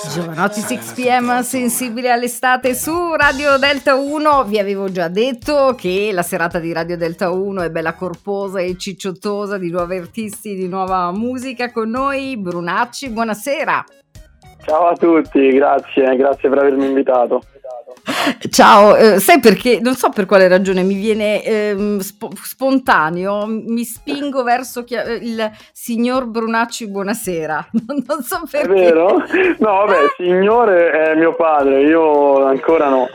Giovanotti 6pm, sensibile all'estate su Radio Delta 1. Vi avevo già detto che la serata di Radio Delta 1 è bella corposa e cicciottosa di nuovi artisti, di nuova musica. Con noi Brunacci, buonasera. Ciao a tutti, grazie per avermi invitato. Ciao, sai perché? Non so per quale ragione mi viene spontaneo, mi spingo verso il signor Brunacci, buonasera. Non so perché. È vero? No, vabbè, signore è mio padre, io ancora no.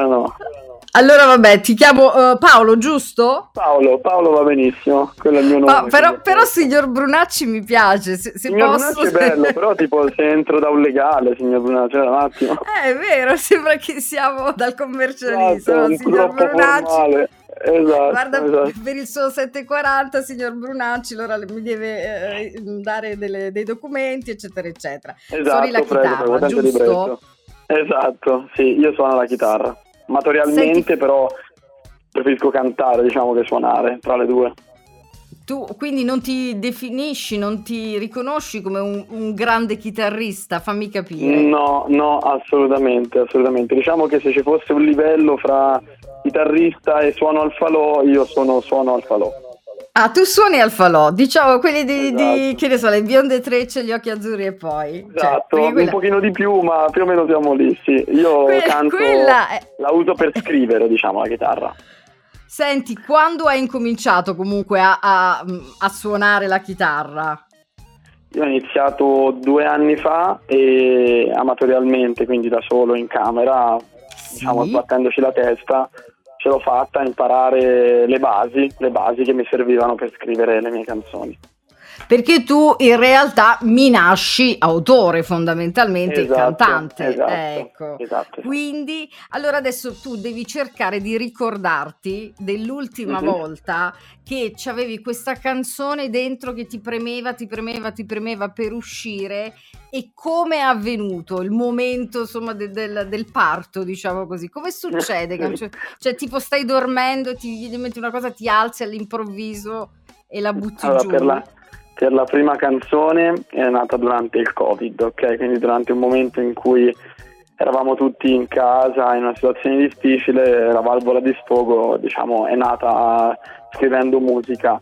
Allora vabbè, ti chiamo Paolo, giusto? Paolo va benissimo, quello è il mio nome. Però signor Brunacci mi piace, se signor posso... Brunacci è bello, però tipo se entro da un legale, signor Brunacci, un attimo. È vero, sembra che siamo dal commercialista, esatto, no? Signor Brunacci. Formale. Esatto, Guarda, esatto. Per il suo 740, signor Brunacci, allora mi deve dare dei documenti, eccetera, eccetera. Esatto, Suoni la chitarra, giusto? Esatto, sì, io suono la chitarra. Amatorialmente, però preferisco cantare, diciamo, che suonare, tra le due. Tu quindi non ti definisci, non ti riconosci come un grande chitarrista, fammi capire. No, assolutamente. Diciamo che se ci fosse un livello fra chitarrista e suono al falò, io suono al falò. Ah, tu suoni al falò, diciamo quelli di Esatto. che ne so, le bionde trecce, gli occhi azzurri e poi. Esatto, Cioè, un pochino di più, ma più o meno siamo lì, sì. Io canto, la uso per scrivere, diciamo, la chitarra. Senti, quando hai incominciato comunque a suonare la chitarra? Io ho iniziato 2 anni fa e amatorialmente, quindi da solo in camera, diciamo, sbattendoci la testa. Ce l'ho fatta a imparare le basi che mi servivano per scrivere le mie canzoni. Perché tu in realtà mi nasci autore fondamentalmente, cantante. Ecco. Esatto. Quindi, allora adesso tu devi cercare di ricordarti dell'ultima volta che c'avevi questa canzone dentro che ti premeva per uscire, e come è avvenuto il momento, insomma, del parto, diciamo così. Come succede? Cioè tipo stai dormendo e ti viene in mente una cosa, ti alzi all'improvviso e la butti giù? Per la prima canzone è nata durante il Covid, ok? Quindi durante un momento in cui eravamo tutti in casa in una situazione difficile, la valvola di sfogo, diciamo, è nata scrivendo musica.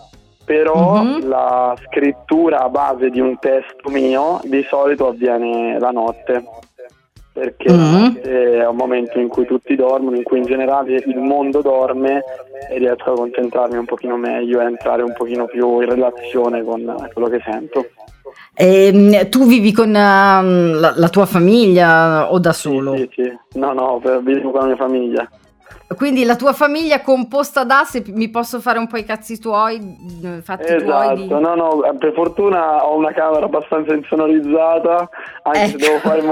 Però la scrittura a base di un testo mio di solito avviene la notte, perché la notte è un momento in cui tutti dormono, in cui in generale il mondo dorme, e riesco a concentrarmi un pochino meglio e entrare un pochino più in relazione con quello che sento. Tu vivi con la tua famiglia o da solo? Sì. No, vivo con la mia famiglia. Quindi la tua famiglia composta da, se mi posso fare un po' i cazzi tuoi, fatti tuoi. No, per fortuna ho una camera abbastanza insonorizzata, anche se devo fare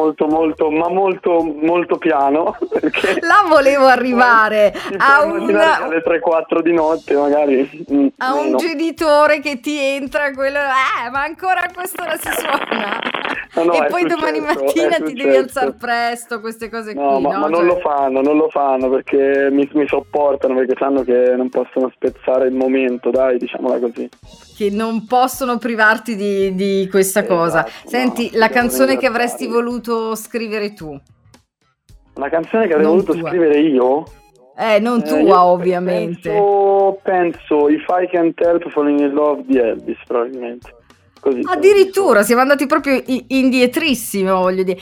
molto piano, perché là volevo arrivare a alle 3-4 di notte magari. A un genitore che ti entra quello, ma ancora a quest'ora si suona. No, e poi domani mattina ti devi alzare presto, queste cose qui. Ma non lo fanno perché mi sopportano, perché sanno che non possono spezzare il momento, dai, diciamola così. Che non possono privarti di questa cosa. Senti, la canzone che avresti voluto scrivere tu? Una canzone che avrei voluto scrivere io? Non tua, ovviamente. Penso If I Can't Help Falling in Love di Elvis, probabilmente. Così, addirittura siamo andati proprio indietrissimo, voglio dire.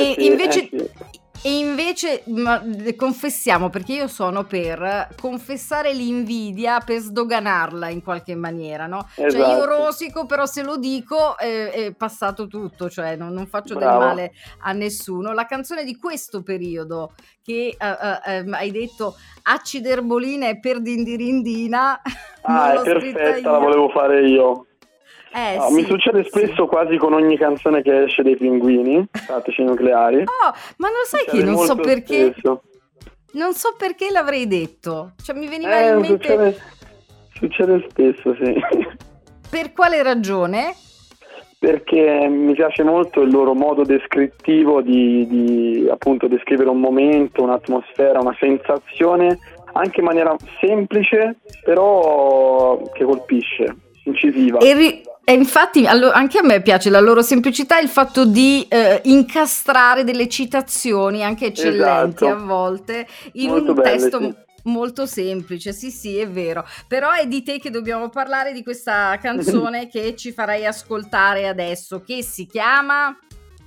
E invece confessiamo, perché io sono per confessare l'invidia, per sdoganarla in qualche maniera, no? Esatto. Cioè io rosico, però se lo dico è passato tutto, cioè non faccio del male a nessuno. La canzone di questo periodo che hai detto Acciderbolina e per Dindirindina, è perfetta, la volevo fare io. Mi succede spesso, quasi con ogni canzone che esce dei Pinguini Tattici Nucleari. Ma non sai che non so perché spesso. Non so perché l'avrei detto, cioè mi veniva in mente. Succede spesso, sì. Per quale ragione? Perché mi piace molto il loro modo descrittivo di appunto descrivere un momento, un'atmosfera, una sensazione, anche in maniera semplice, però che colpisce, incisiva. E infatti anche a me piace la loro semplicità, il fatto di incastrare delle citazioni anche eccellenti a Esatto, volte in molto un belle, testo sì. molto semplice. Sì, sì, è vero. Però è di te che dobbiamo parlare, di questa canzone che ci farai ascoltare adesso, che si chiama...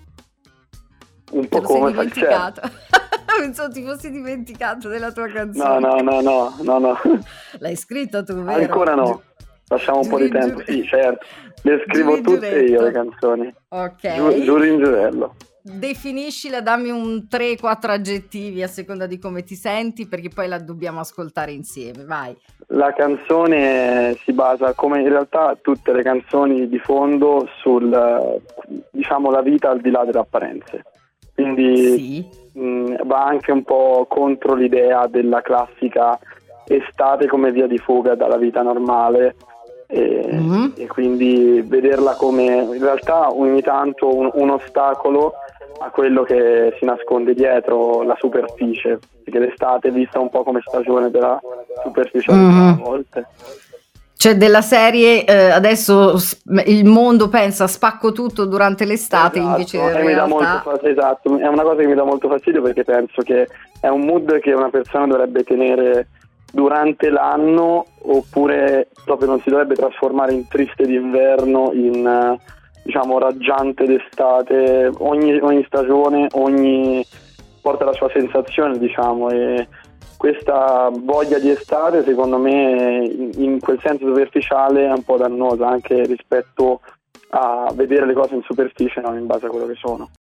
Un Te po' lo sei come fa il cielo. dimenticato? Pensavo ti fossi dimenticato della tua No, canzone. no, no, no, no, no. L'hai scritta tu, vero? Ancora no. Lasciamo un po' di tempo. Sì, certo. Le Giù scrivo in tutte io le giuretto. canzoni. Ok. Giuro in giurello. Definiscila, dammi un 3-4 aggettivi a seconda di come ti senti, perché poi la dobbiamo ascoltare insieme. Vai. La canzone si basa, come in realtà tutte le canzoni di fondo, sul, diciamo, la vita al di là delle apparenze. Quindi Sì. va anche un po' contro l'idea della classica estate come via di fuga dalla vita normale e quindi vederla come in realtà ogni tanto un ostacolo a quello che si nasconde dietro la superficie, perché l'estate è vista un po' come stagione della superficialità a volte. Cioè della serie adesso il mondo pensa spacco tutto durante l'estate, Esatto, invece in e mi dà realtà... esatto, è una cosa che mi dà molto fastidio perché penso che è un mood che una persona dovrebbe tenere durante l'anno, oppure proprio non si dovrebbe trasformare in triste d'inverno, in diciamo raggiante d'estate. Ogni stagione, porta la sua sensazione, diciamo, e questa voglia di estate secondo me in quel senso superficiale è un po' dannosa anche rispetto a vedere le cose in superficie, non in base a quello che sono.